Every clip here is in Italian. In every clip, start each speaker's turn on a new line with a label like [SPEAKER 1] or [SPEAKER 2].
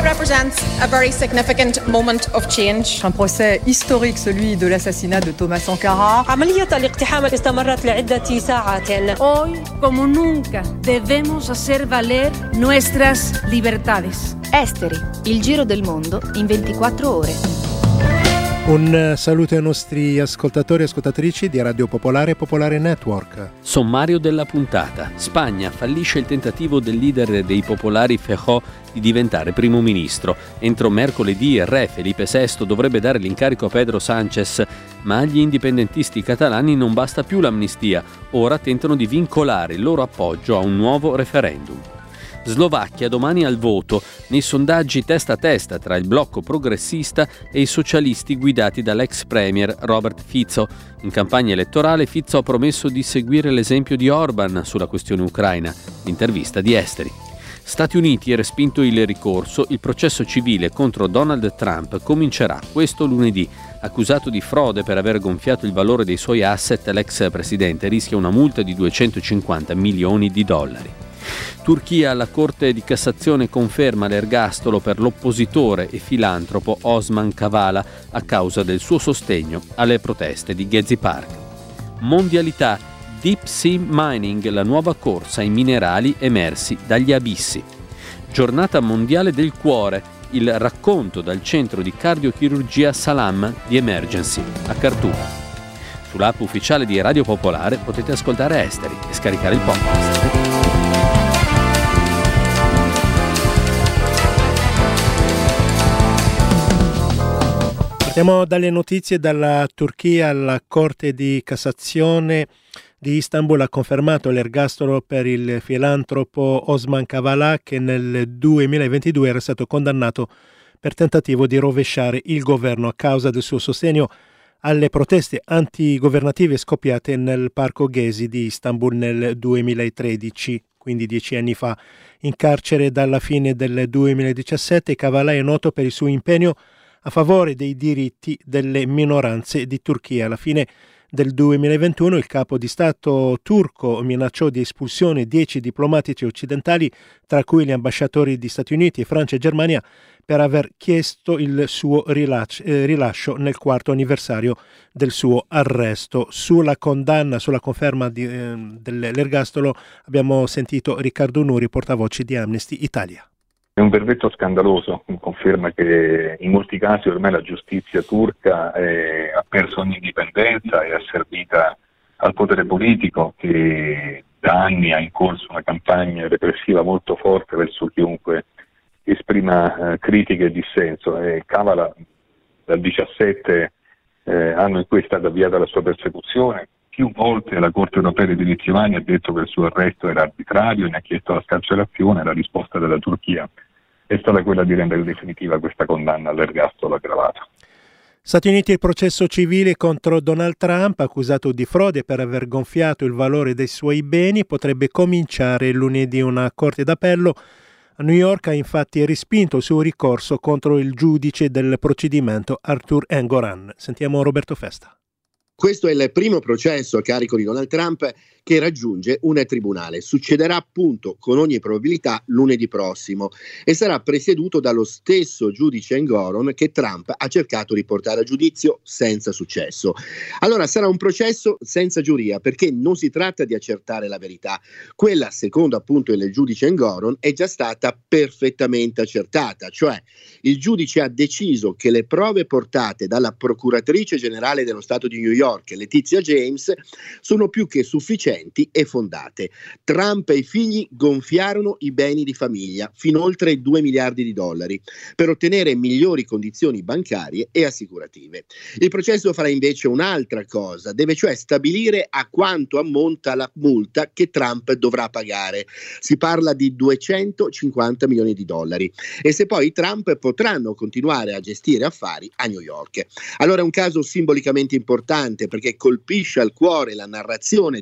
[SPEAKER 1] represents a very significant moment of change.
[SPEAKER 2] Un procès historique, celui de l'assassinat de Thomas Sankara.
[SPEAKER 3] عملية الاقتحام استمرت لعدة ساعات.
[SPEAKER 4] Hoy, como nunca, debemos hacer valer nuestras libertades.
[SPEAKER 5] Esteri, il giro del mondo in 24 ore.
[SPEAKER 6] Un saluto ai nostri ascoltatori e ascoltatrici di Radio Popolare e Popolare Network.
[SPEAKER 7] Sommario della puntata. Spagna fallisce il tentativo del leader dei popolari Feijóo di diventare primo ministro. Entro mercoledì il re Felipe VI dovrebbe dare l'incarico a Pedro Sánchez, ma agli indipendentisti catalani non basta più l'amnistia. Ora tentano di vincolare il loro appoggio a un nuovo referendum. Slovacchia domani al voto, nei sondaggi testa a testa tra il blocco progressista e i socialisti guidati dall'ex premier Robert Fico. In campagna elettorale Fico ha promesso di seguire l'esempio di Orban sulla questione ucraina. L'intervista di Esteri. Stati Uniti ha respinto il ricorso, il processo civile contro Donald Trump comincerà questo lunedì. Accusato di frode per aver gonfiato il valore dei suoi asset, l'ex presidente rischia una multa di $250 milioni. Turchia, la Corte di Cassazione conferma l'ergastolo per l'oppositore e filantropo Osman Kavala a causa del suo sostegno alle proteste di Gezi Park. Mondialità, Deep Sea Mining, la nuova corsa ai minerali emersi dagli abissi. Giornata mondiale del cuore, il racconto dal centro di cardiochirurgia Salam di Emergency a Khartoum. Sull'app ufficiale di Radio Popolare potete ascoltare Esteri e scaricare il podcast.
[SPEAKER 6] Partiamo dalle notizie dalla Turchia. La Corte di Cassazione di Istanbul ha confermato l'ergastolo per il filantropo Osman Kavala, che nel 2022 era stato condannato per tentativo di rovesciare il governo a causa del suo sostegno alle proteste antigovernative scoppiate nel parco Gezi di Istanbul nel 2013, quindi 10 anni fa. In carcere dalla fine del 2017, Kavala è noto per il suo impegno a favore dei diritti delle minoranze di Turchia. Alla fine del 2021 il capo di Stato turco minacciò di espulsione 10 diplomatici occidentali, tra cui gli ambasciatori di Stati Uniti, Francia e Germania, per aver chiesto il suo rilascio nel 4º anniversario del suo arresto. Sulla condanna, sulla conferma dell'ergastolo abbiamo sentito Riccardo Nuri, portavoce di Amnesty Italia.
[SPEAKER 8] È un verdetto scandaloso, conferma che in molti casi ormai la giustizia turca ha perso ogni indipendenza e è asservita al potere politico, che da anni ha in corso una campagna repressiva molto forte verso chiunque esprima critiche e dissenso. Kavala dal 17 anno in cui è stata avviata la sua persecuzione. Più volte la Corte Europea dei Diritti Umani ha detto che il suo arresto era arbitrario e ne ha chiesto la scarcerazione. La risposta della Turchia è stata quella di rendere definitiva questa condanna all'ergastolo aggravato.
[SPEAKER 6] Stati Uniti, il processo civile contro Donald Trump, accusato di frode per aver gonfiato il valore dei suoi beni, potrebbe cominciare lunedì. Una corte d'appello a New York ha infatti respinto il suo ricorso contro il giudice del procedimento Arthur Engoron. Sentiamo Roberto Festa.
[SPEAKER 9] Questo è il primo processo a carico di Donald Trump che raggiunge un tribunale. Succederà appunto con ogni probabilità lunedì prossimo e sarà presieduto dallo stesso giudice Engoron che Trump ha cercato di portare a giudizio senza successo. Allora sarà un processo senza giuria, perché non si tratta di accertare la verità. Quella, secondo appunto il giudice Engoron, è già stata perfettamente accertata, cioè il giudice ha deciso che le prove portate dalla procuratrice generale dello Stato di New York, Letizia James, sono più che sufficienti e fondate. Trump e i figli gonfiarono i beni di famiglia fino oltre i $2 miliardi per ottenere migliori condizioni bancarie e assicurative. Il processo farà invece un'altra cosa, deve cioè stabilire a quanto ammonta la multa che Trump dovrà pagare. Si parla di $250 milioni e se poi Trump potranno continuare a gestire affari a New York. Allora è un caso simbolicamente importante perché colpisce al cuore la narrazione dell'imprenditore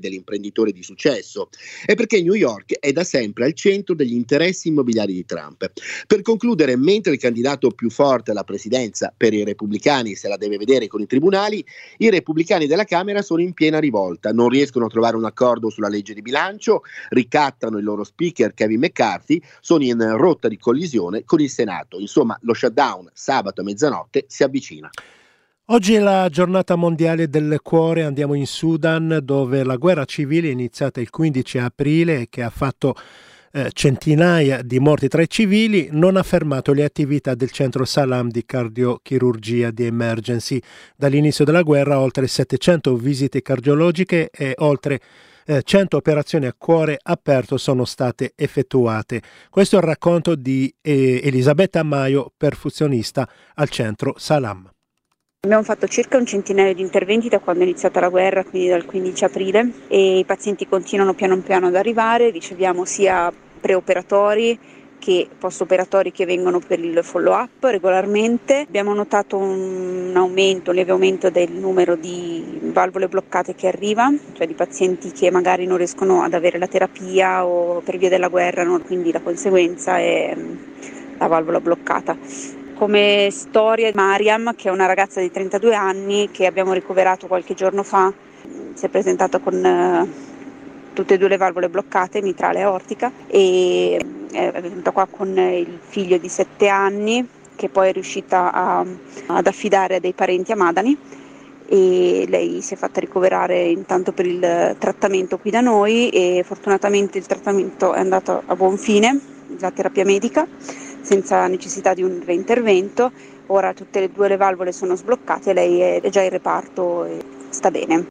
[SPEAKER 9] imprenditore di successo e perché New York è da sempre al centro degli interessi immobiliari di Trump. Per concludere, mentre il candidato più forte alla presidenza per i repubblicani se la deve vedere con i tribunali, i repubblicani della Camera sono in piena rivolta, non riescono a trovare un accordo sulla legge di bilancio, ricattano il loro speaker Kevin McCarthy, sono in rotta di collisione con il Senato. Insomma, lo shutdown sabato a mezzanotte si avvicina.
[SPEAKER 6] Oggi è la giornata mondiale del cuore, andiamo in Sudan dove la guerra civile è iniziata il 15 aprile e che ha fatto centinaia di morti tra i civili, non ha fermato le attività del centro Salam di cardiochirurgia di emergency. Dall'inizio della guerra oltre 700 visite cardiologiche e oltre 100 operazioni a cuore aperto sono state effettuate. Questo è il racconto di Elisabetta Maio, perfuzionista al centro Salam.
[SPEAKER 10] Abbiamo fatto circa un centinaio di interventi da quando è iniziata la guerra, quindi dal 15 aprile, e i pazienti continuano piano piano ad arrivare. Riceviamo sia preoperatori che post-operatori che vengono per il follow-up regolarmente. Abbiamo notato un lieve aumento del numero di valvole bloccate che arriva, cioè di pazienti che magari non riescono ad avere la terapia o per via della guerra, quindi la conseguenza è la valvola bloccata. Come storia, Mariam, che è una ragazza di 32 anni che abbiamo ricoverato qualche giorno fa, si è presentata con tutte e due le valvole bloccate, mitrale e aortica, e è venuta qua con il figlio di 7 anni che poi è riuscita ad affidare a dei parenti a Madani, e lei si è fatta ricoverare intanto per il trattamento qui da noi e fortunatamente il trattamento è andato a buon fine, la terapia medica, senza necessità di un reintervento. Ora tutte e due le valvole sono sbloccate, lei è già in reparto e sta bene.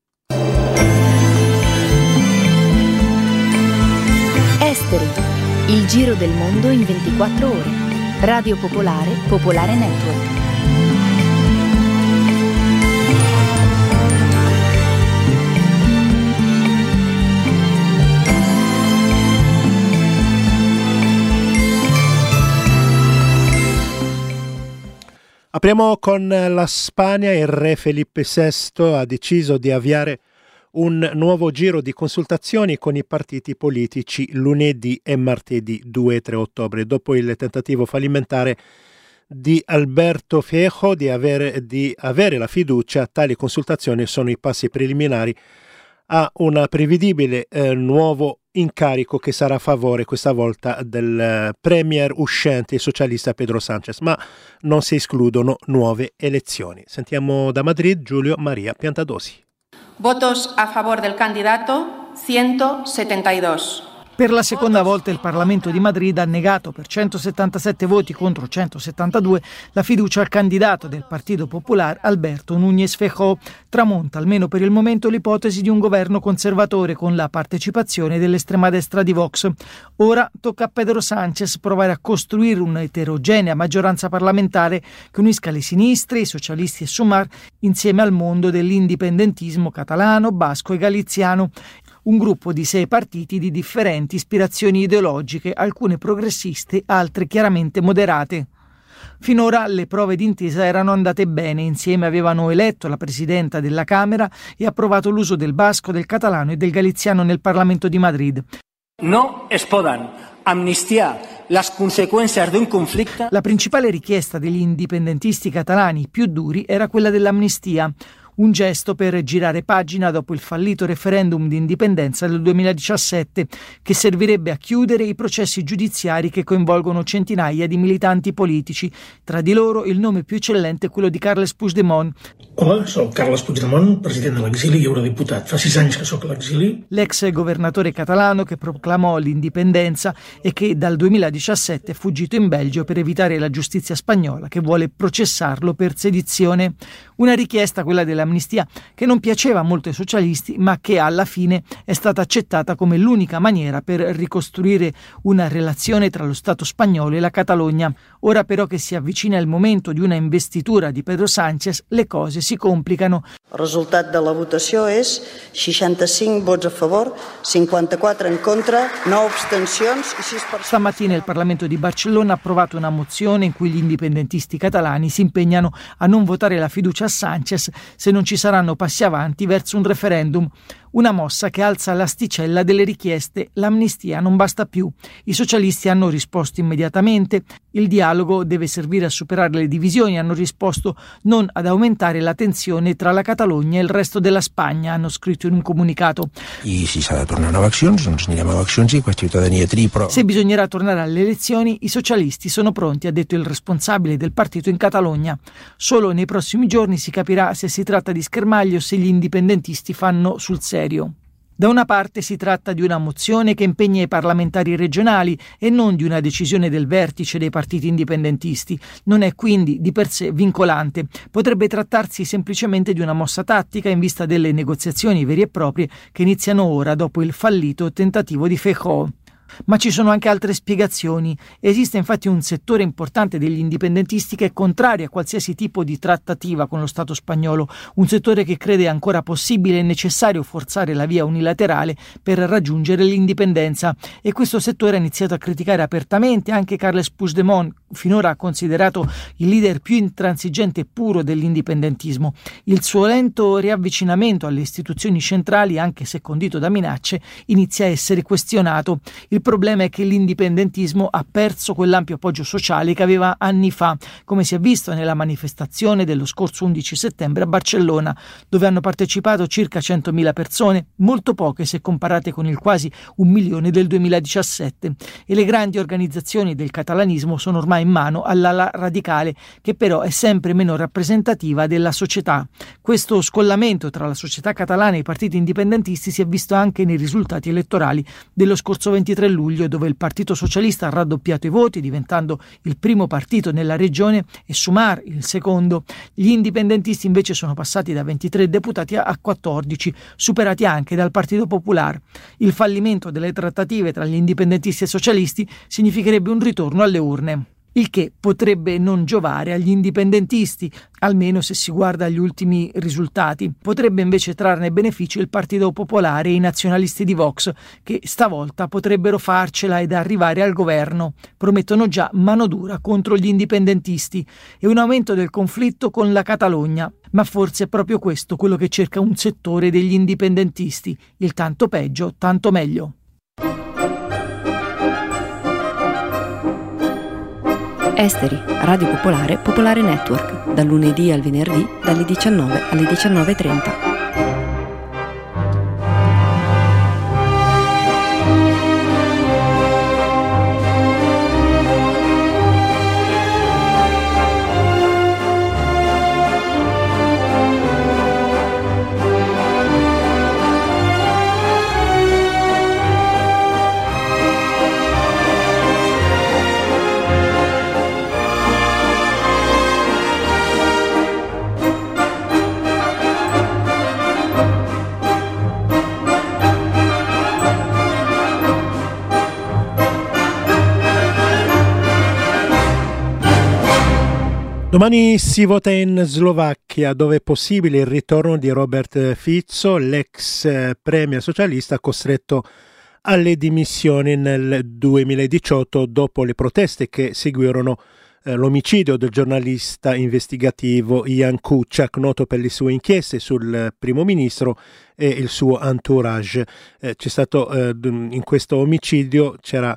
[SPEAKER 5] Esteri, il giro del mondo in 24 ore. Radio Popolare, Popolare Network.
[SPEAKER 6] Apriamo con la Spagna. Il re Felipe VI ha deciso di avviare un nuovo giro di consultazioni con i partiti politici lunedì e martedì 2 e 3 ottobre, dopo il tentativo fallimentare di Alberto Feijóo di avere la fiducia. Tali consultazioni sono i passi preliminari a un prevedibile nuovo incarico che sarà a favore questa volta del premier uscente socialista Pedro Sánchez, ma non si escludono nuove elezioni. Sentiamo da Madrid Giulio Maria Piantadosi.
[SPEAKER 1] Votos a favor del candidato 172.
[SPEAKER 11] Per la seconda volta il Parlamento di Madrid ha negato per 177 voti contro 172 la fiducia al candidato del Partito Popular Alberto Núñez Feijóo. Tramonta almeno per il momento l'ipotesi di un governo conservatore con la partecipazione dell'estrema destra di Vox. Ora tocca a Pedro Sánchez provare a costruire un'eterogenea maggioranza parlamentare che unisca le sinistre, i socialisti e Sumar insieme al mondo dell'indipendentismo catalano, basco e galiziano. Un gruppo di 6 partiti di differenti ispirazioni ideologiche, alcune progressiste, altre chiaramente moderate. Finora le prove d'intesa erano andate bene, insieme avevano eletto la presidenta della Camera e approvato l'uso del basco, del catalano e del galiziano nel Parlamento di Madrid.
[SPEAKER 12] No es poden amnistiar les conseqüències d'un conflicte.
[SPEAKER 11] La principale richiesta degli indipendentisti catalani più duri era quella dell'amnistia. Un gesto per girare pagina dopo il fallito referendum di indipendenza del 2017, che servirebbe a chiudere i processi giudiziari che coinvolgono centinaia di militanti politici. Tra di loro il nome più eccellente è quello di Carles Puigdemont.
[SPEAKER 13] Hola, soc Carles Puigdemont, president de l'exili i eurodiputat. Fa 6 anys que soc a l'exili.
[SPEAKER 11] L'ex governatore catalano che proclamò l'indipendenza e che dal 2017 è fuggito in Belgio per evitare la giustizia spagnola che vuole processarlo per sedizione. Una richiesta, quella dell'amnistia, che non piaceva molto ai socialisti, ma che alla fine è stata accettata come l'unica maniera per ricostruire una relazione tra lo Stato spagnolo e la Catalogna. Ora però che si avvicina il momento di una investitura di Pedro Sánchez, le cose si complicano.
[SPEAKER 14] Il risultato della votazione è 65 voti a favore, 54 in contro, 9 astensioni e 6%.
[SPEAKER 11] Stamattina il Parlamento di Barcellona ha approvato una mozione in cui gli indipendentisti catalani si impegnano a non votare la fiducia a Sánchez se non ci saranno passi avanti verso un referendum. Una mossa che alza l'asticella delle richieste. L'amnistia non basta più. I socialisti hanno risposto immediatamente. Il dialogo deve servire a superare le divisioni, hanno risposto, non ad aumentare la tensione tra la Catalogna e il resto della Spagna, hanno scritto in un comunicato. Se bisognerà tornare alle elezioni, i socialisti sono pronti, ha detto il responsabile del partito in Catalogna. Solo nei prossimi giorni si capirà se si tratta di schermaglie o se gli indipendentisti fanno sul serio. Da una parte si tratta di una mozione che impegna i parlamentari regionali e non di una decisione del vertice dei partiti indipendentisti. Non è quindi di per sé vincolante. Potrebbe trattarsi semplicemente di una mossa tattica in vista delle negoziazioni vere e proprie che iniziano ora dopo il fallito tentativo di Feijóo. Ma ci sono anche altre spiegazioni. Esiste infatti un settore importante degli indipendentisti che è contrario a qualsiasi tipo di trattativa con lo Stato spagnolo, un settore che crede ancora possibile e necessario forzare la via unilaterale per raggiungere l'indipendenza, e questo settore ha iniziato a criticare apertamente anche Carles Puigdemont, finora considerato il leader più intransigente e puro dell'indipendentismo. Il suo lento riavvicinamento alle istituzioni centrali, anche se condito da minacce, inizia a essere questionato. Il problema è che l'indipendentismo ha perso quell'ampio appoggio sociale che aveva anni fa, come si è visto nella manifestazione dello scorso 11 settembre a Barcellona, dove hanno partecipato circa 100.000 persone, molto poche se comparate con il quasi 1 milione del 2017. E le grandi organizzazioni del catalanismo sono ormai in mano all'ala radicale, che però è sempre meno rappresentativa della società. Questo scollamento tra la società catalana e i partiti indipendentisti si è visto anche nei risultati elettorali dello scorso 23 luglio, dove il Partito Socialista ha raddoppiato i voti, diventando il primo partito nella regione, e Sumar il secondo. Gli indipendentisti invece sono passati da 23 deputati a 14, superati anche dal Partito Popolare. Il fallimento delle trattative tra gli indipendentisti e socialisti significherebbe un ritorno alle urne, il che potrebbe non giovare agli indipendentisti, almeno se si guarda agli ultimi risultati. Potrebbe invece trarne beneficio il Partito Popolare e i nazionalisti di Vox, che stavolta potrebbero farcela ed arrivare al governo. Promettono già mano dura contro gli indipendentisti e un aumento del conflitto con la Catalogna. Ma forse è proprio questo quello che cerca un settore degli indipendentisti: il tanto peggio, tanto meglio.
[SPEAKER 5] Esteri, Radio Popolare, Popolare Network, dal lunedì al venerdì, dalle 19 alle 19:30.
[SPEAKER 6] Domani si vota in Slovacchia, dove è possibile il ritorno di Robert Fico, l'ex premier socialista costretto alle dimissioni nel 2018 dopo le proteste che seguirono l'omicidio del giornalista investigativo Jan Kuciak, noto per le sue inchieste sul primo ministro e il suo entourage. C'è stato in questo omicidio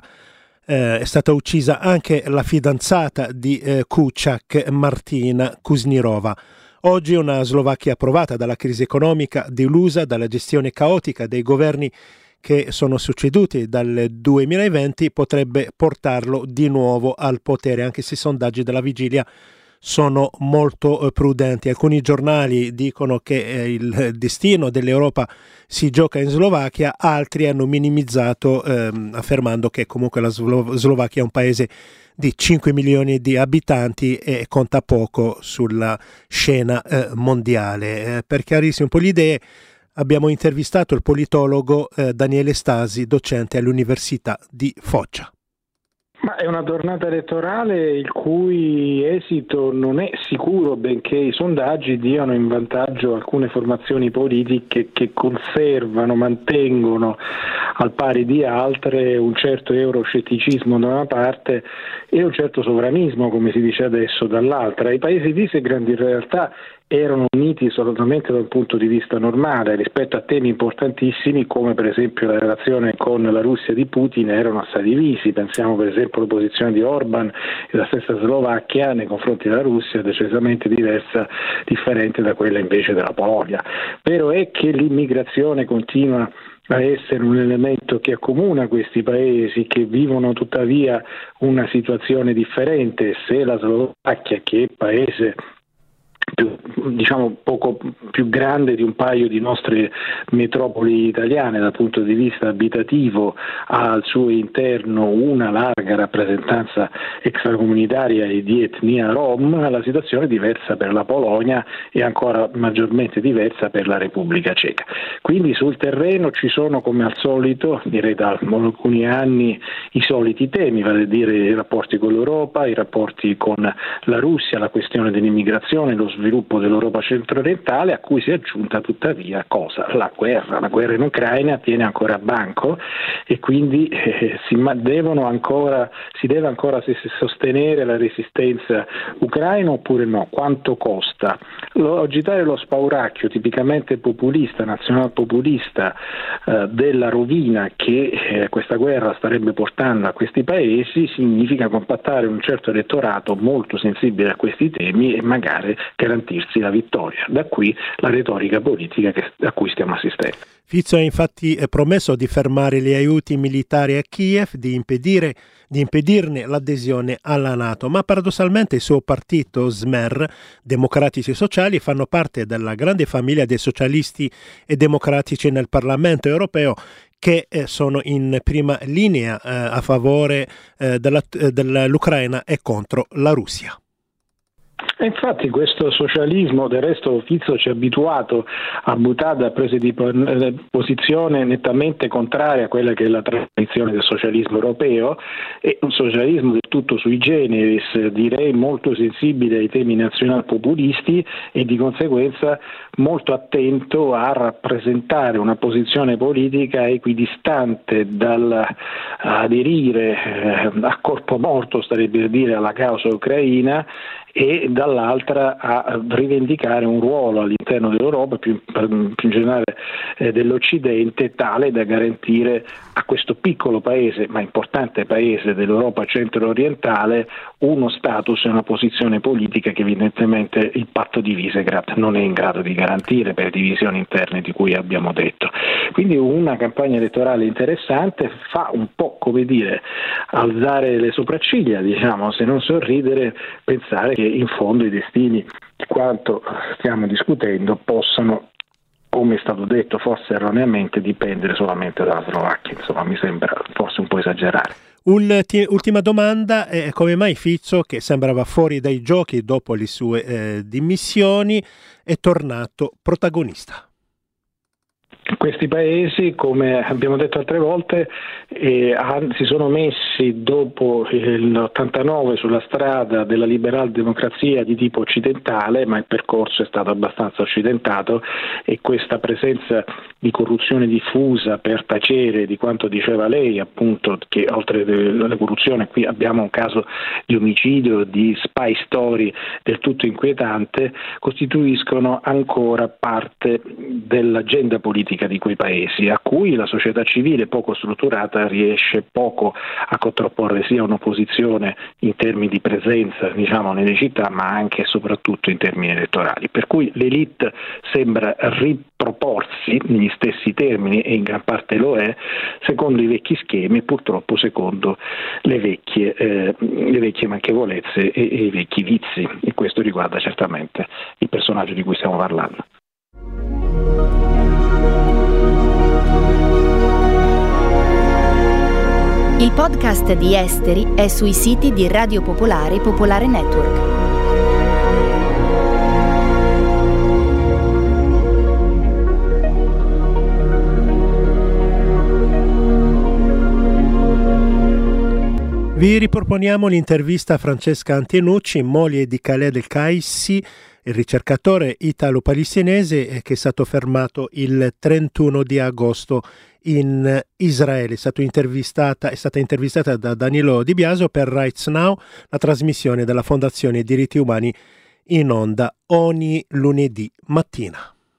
[SPEAKER 6] è stata uccisa anche la fidanzata di Kuciak, Martina Kuznirova. Oggi una Slovacchia provata dalla crisi economica, delusa dalla gestione caotica dei governi che sono succeduti dal 2020, potrebbe portarlo di nuovo al potere, anche se i sondaggi della vigilia sono molto prudenti. Alcuni giornali dicono che il destino dell'Europa si gioca in Slovacchia, altri hanno minimizzato affermando che comunque la Slovacchia è un paese di 5 milioni di abitanti e conta poco sulla scena mondiale. Per chiarirsi un po' le idee, abbiamo intervistato il politologo Daniele Stasi, docente all'Università di Foggia.
[SPEAKER 15] Ma è una tornata elettorale il cui esito non è sicuro, benché i sondaggi diano in vantaggio alcune formazioni politiche che mantengono al pari di altre un certo euroscetticismo da una parte e un certo sovranismo, come si dice adesso, dall'altra. I paesi di Visegrad in realtà erano uniti solamente da un punto di vista normale rispetto a temi importantissimi come per esempio la relazione con la Russia di Putin erano assai divisi. Pensiamo per esempio alla posizione di Orban e la stessa Slovacchia nei confronti della Russia decisamente differente da quella invece della Polonia. Vero è che l'immigrazione continua a essere un elemento che accomuna questi paesi, che vivono tuttavia una situazione differente. Se la Slovacchia, che è paese poco più grande di un paio di nostre metropoli italiane dal punto di vista abitativo, ha al suo interno una larga rappresentanza extracomunitaria e di etnia rom, la situazione è diversa per la Polonia e ancora maggiormente diversa per la Repubblica Ceca. Quindi sul terreno ci sono, come al solito, direi da alcuni anni, i soliti temi, vale a dire i rapporti con l'Europa, i rapporti con la Russia, la questione dell'immigrazione, lo sviluppo dell'Europa centro-orientale, a cui si è aggiunta tuttavia cosa? La guerra in Ucraina tiene ancora a banco e quindi si deve ancora sostenere la resistenza ucraina oppure no? Quanto costa? Agitare lo spauracchio tipicamente populista, nazionalpopulista della rovina che questa guerra starebbe portando a questi paesi significa compattare un certo elettorato molto sensibile a questi temi e magari garantirsi la vittoria. Da qui la retorica politica a cui stiamo assistendo.
[SPEAKER 6] Fico ha infatti promesso di fermare gli aiuti militari a Kiev, di impedirne l'adesione alla NATO, ma paradossalmente il suo partito Smer, Democratici e Sociali, fanno parte della grande famiglia dei socialisti e democratici nel Parlamento europeo, che sono in prima linea a favore dell'Ucraina e contro la Russia.
[SPEAKER 15] E infatti questo socialismo, del resto Fico ci ha abituato a buttare a prese di posizione nettamente contraria a quella che è la tradizione del socialismo europeo, e un socialismo del tutto sui generis, direi molto sensibile ai temi nazionalpopulisti e di conseguenza molto attento a rappresentare una posizione politica equidistante dall'aderire a corpo morto, starebbe a dire, alla causa ucraina, e dall'altra a rivendicare un ruolo all'interno dell'Europa, più in generale dell'Occidente, tale da garantire a questo piccolo paese, ma importante paese dell'Europa centro-orientale, uno status e una posizione politica che evidentemente il patto di Visegrad non è in grado di garantire per divisioni interne di cui abbiamo detto. Quindi una campagna elettorale interessante, fa un po', come dire, alzare le sopracciglia, se non sorridere, pensare che in fondo i destini di quanto stiamo discutendo possano, come è stato detto forse erroneamente, dipendere solamente dalla Slovacchia. Insomma, mi sembra forse un po' esagerare.
[SPEAKER 6] Ultima domanda, come mai Fico, che sembrava fuori dai giochi dopo le sue dimissioni, è tornato protagonista?
[SPEAKER 15] Questi paesi, come abbiamo detto altre volte, si sono messi dopo l'89 sulla strada della liberal democrazia di tipo occidentale, ma il percorso è stato abbastanza occidentato e questa presenza di corruzione diffusa per tacere di quanto diceva lei, appunto, che oltre alla corruzione qui abbiamo un caso di omicidio, di spy story del tutto inquietante, costituiscono ancora parte dell'agenda politica di quei paesi, a cui la società civile poco strutturata riesce poco a contrapporre sia un'opposizione in termini di presenza, nelle città, ma anche e soprattutto in termini elettorali. Per cui l'elite sembra riproporsi negli stessi termini, e in gran parte lo è, secondo i vecchi schemi e purtroppo secondo le vecchie manchevolezze e i vecchi vizi, e questo riguarda certamente il personaggio di cui stiamo parlando.
[SPEAKER 5] Il podcast di Esteri è sui siti di Radio Popolare e Popolare Network.
[SPEAKER 6] Vi riproponiamo l'intervista a Francesca Antenucci, moglie di Khaled El-Kaissi, il ricercatore italo-palestinese che è stato fermato il 31 di agosto in Israele. È stata intervistata da Danilo Di Biasio per Rights Now, la trasmissione della Fondazione Diritti Umani in onda ogni lunedì mattina.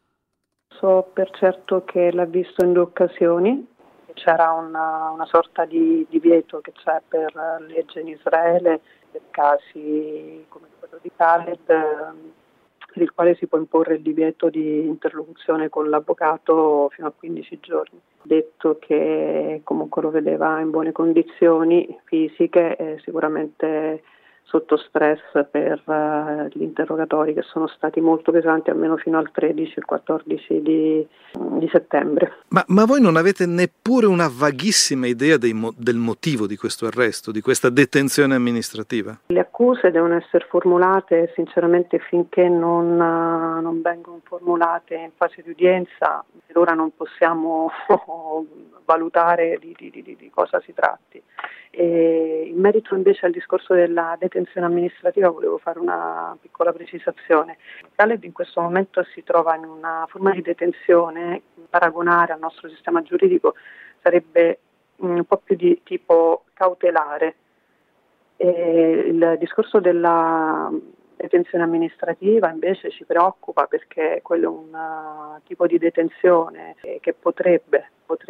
[SPEAKER 16] So per certo che l'ha visto in 2 occasioni. C'era una sorta di divieto che c'è per legge in Israele per casi come quello di Khaled, per il quale si può imporre il divieto di interlocuzione con l'avvocato fino a 15 giorni. Detto che comunque lo vedeva in buone condizioni fisiche e sicuramente sotto stress per gli interrogatori che sono stati molto pesanti, almeno fino al 13 e 14 di settembre.
[SPEAKER 17] Ma voi non avete neppure una vaghissima idea del motivo di questo arresto, di questa detenzione amministrativa?
[SPEAKER 16] Le accuse devono essere formulate, sinceramente finché non vengono formulate in fase di udienza, per ora non possiamo valutare di cosa si tratti. E in merito invece al discorso della detenzione amministrativa volevo fare una piccola precisazione. Khaled in questo momento si trova in una forma di detenzione, paragonare al nostro sistema giuridico sarebbe un po' più di tipo cautelare. E il discorso della detenzione amministrativa invece ci preoccupa perché quello è un tipo di detenzione che potrebbe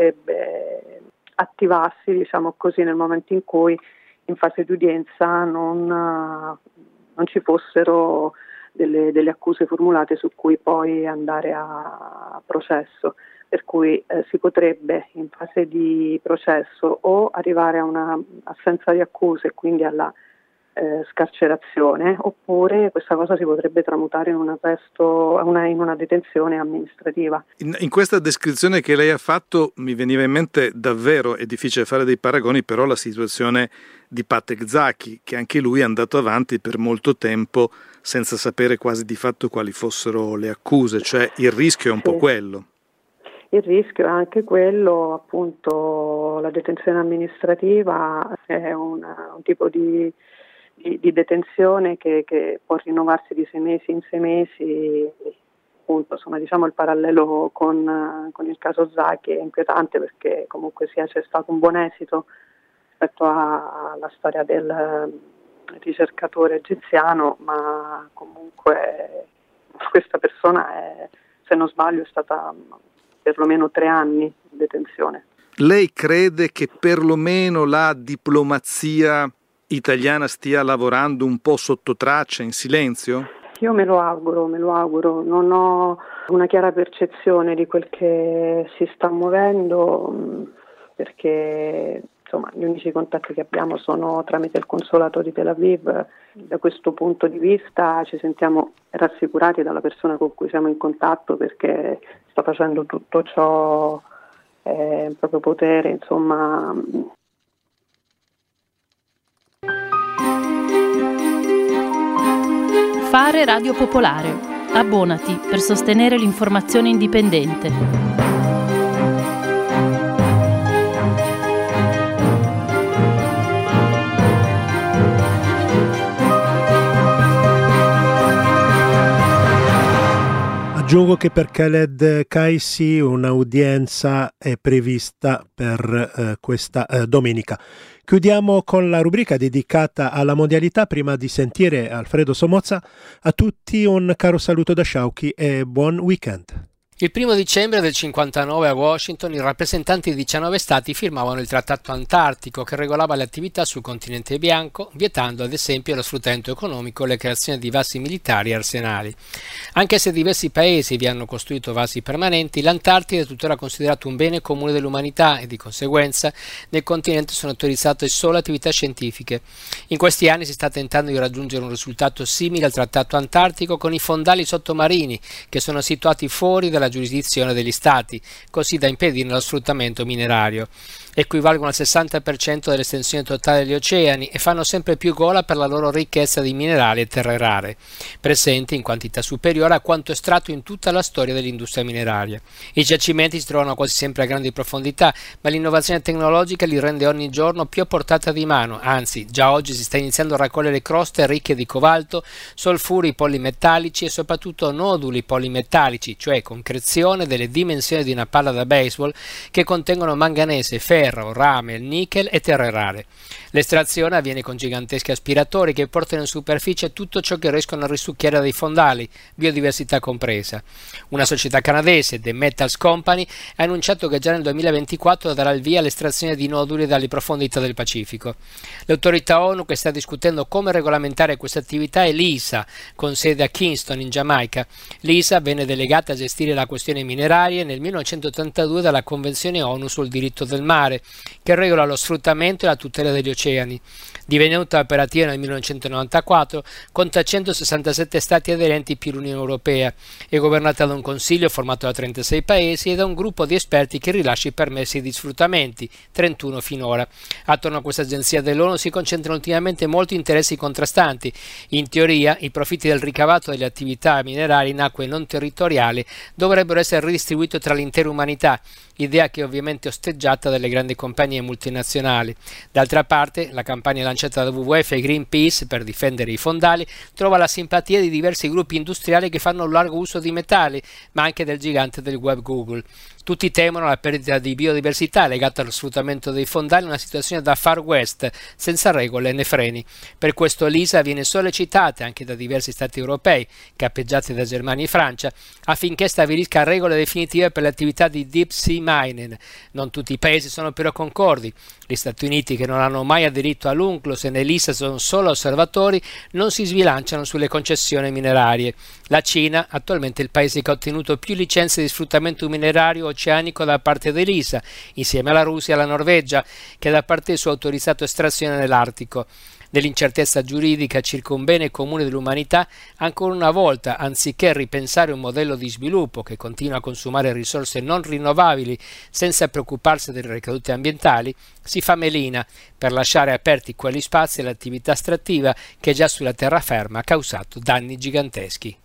[SPEAKER 16] attivarsi, diciamo così, nel momento in cui in fase di udienza non ci fossero delle accuse formulate su cui poi andare a processo, per cui si potrebbe in fase di processo o arrivare a una assenza di accuse e quindi alla scarcerazione, oppure questa cosa si potrebbe tramutare in un arresto, in una detenzione amministrativa.
[SPEAKER 17] In questa descrizione che lei ha fatto mi veniva in mente, davvero è difficile fare dei paragoni, però la situazione di Patek Zaki, che anche lui è andato avanti per molto tempo senza sapere quasi di fatto quali fossero le accuse, cioè il rischio è un po' quello.
[SPEAKER 16] Il rischio è anche quello, appunto, la detenzione amministrativa è un tipo di detenzione che può rinnovarsi di 6 mesi in 6 mesi, appunto, insomma, diciamo il parallelo con il caso Zaki è inquietante perché comunque sia c'è stato un buon esito rispetto alla storia del ricercatore egiziano, ma comunque questa persona se non sbaglio è stata perlomeno 3 anni in detenzione.
[SPEAKER 17] Lei crede che perlomeno la diplomazia italiana stia lavorando un po' sotto traccia, in silenzio?
[SPEAKER 16] Io me lo auguro, non ho una chiara percezione di quel che si sta muovendo perché insomma gli unici contatti che abbiamo sono tramite il consolato di Tel Aviv. Da questo punto di vista ci sentiamo rassicurati dalla persona con cui siamo in contatto perché sta facendo tutto ciò in proprio potere, insomma.
[SPEAKER 18] Fare Radio Popolare. Abbonati per sostenere l'informazione indipendente.
[SPEAKER 6] Aggiungo che per Khaled Kaisi un'udienza è prevista per questa domenica. Chiudiamo con la rubrica dedicata alla mondialità. Prima di sentire Alfredo Somozza, a tutti un caro saluto da Sciauchi e buon weekend.
[SPEAKER 19] Il 1 dicembre del 59 a Washington i rappresentanti di 19 stati firmavano il Trattato Antartico che regolava le attività sul continente bianco, vietando ad esempio lo sfruttamento economico e la creazione di basi militari e arsenali. Anche se diversi paesi vi hanno costruito basi permanenti, l'Antartide è tuttora considerato un bene comune dell'umanità e di conseguenza nel continente sono autorizzate solo attività scientifiche. In questi anni si sta tentando di raggiungere un risultato simile al Trattato Antartico con i fondali sottomarini che sono situati fuori dalla giurisdizione degli stati, così da impedire lo sfruttamento minerario. Equivalgono al 60% dell'estensione totale degli oceani e fanno sempre più gola per la loro ricchezza di minerali e terre rare, presenti in quantità superiore a quanto estratto in tutta la storia dell'industria mineraria. I giacimenti si trovano quasi sempre a grandi profondità, ma l'innovazione tecnologica li rende ogni giorno più a portata di mano, anzi già oggi si sta iniziando a raccogliere croste ricche di cobalto, solfuri polimetallici e soprattutto noduli polimetallici, cioè concreti discrezione delle dimensioni di una palla da baseball che contengono manganese, ferro, rame, nickel e terre rare. L'estrazione avviene con giganteschi aspiratori che portano in superficie tutto ciò che riescono a risucchiare dai fondali, biodiversità compresa. Una società canadese, The Metals Company, ha annunciato che già nel 2024 darà il via all'estrazione di noduli dalle profondità del Pacifico. L'autorità ONU che sta discutendo come regolamentare questa attività è l'ISA, con sede a Kingston in Giamaica. L'ISA venne delegata a gestire la questione mineraria nel 1982 dalla Convenzione ONU sul diritto del mare, che regola lo sfruttamento e la tutela degli oceani. Divenuta operativa nel 1994, conta 167 stati aderenti più l'Unione Europea. È governata da un consiglio formato da 36 paesi e da un gruppo di esperti che rilascia i permessi di sfruttamenti, 31 finora. Attorno a questa agenzia dell'ONU si concentrano ultimamente molti interessi contrastanti. In teoria, i profitti del ricavato delle attività minerarie in acque non territoriali dovrebbero essere ridistribuiti tra l'intera umanità, idea che è ovviamente osteggiata dalle grandi compagnie multinazionali. D'altra parte, la campagna lanciata da WWF e Greenpeace per difendere i fondali trova la simpatia di diversi gruppi industriali che fanno largo uso di metalli, ma anche del gigante del web Google. Tutti temono la perdita di biodiversità legata allo sfruttamento dei fondali in una situazione da Far West, senza regole né freni. Per questo l'ISA viene sollecitata anche da diversi stati europei, cappeggiati da Germania e Francia, affinché stabilisca regole definitive per le attività di deep sea mining. Non tutti i paesi sono però concordi. Gli Stati Uniti, che non hanno mai aderito all'UNCLOS e nell'ISA sono solo osservatori, non si sbilanciano sulle concessioni minerarie. La Cina, attualmente il paese che ha ottenuto più licenze di sfruttamento minerario oceanico da parte dell'ISA, insieme alla Russia e alla Norvegia, che da parte sua ha autorizzato estrazione nell'Artico. Nell'incertezza giuridica circa un bene comune dell'umanità, ancora una volta, anziché ripensare un modello di sviluppo che continua a consumare risorse non rinnovabili senza preoccuparsi delle ricadute ambientali, si fa melina per lasciare aperti quegli spazi all'attività estrattiva che già sulla terraferma ha causato danni giganteschi.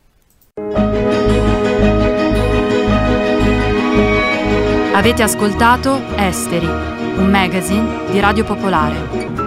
[SPEAKER 20] Avete ascoltato Esteri, un magazine di Radio Popolare.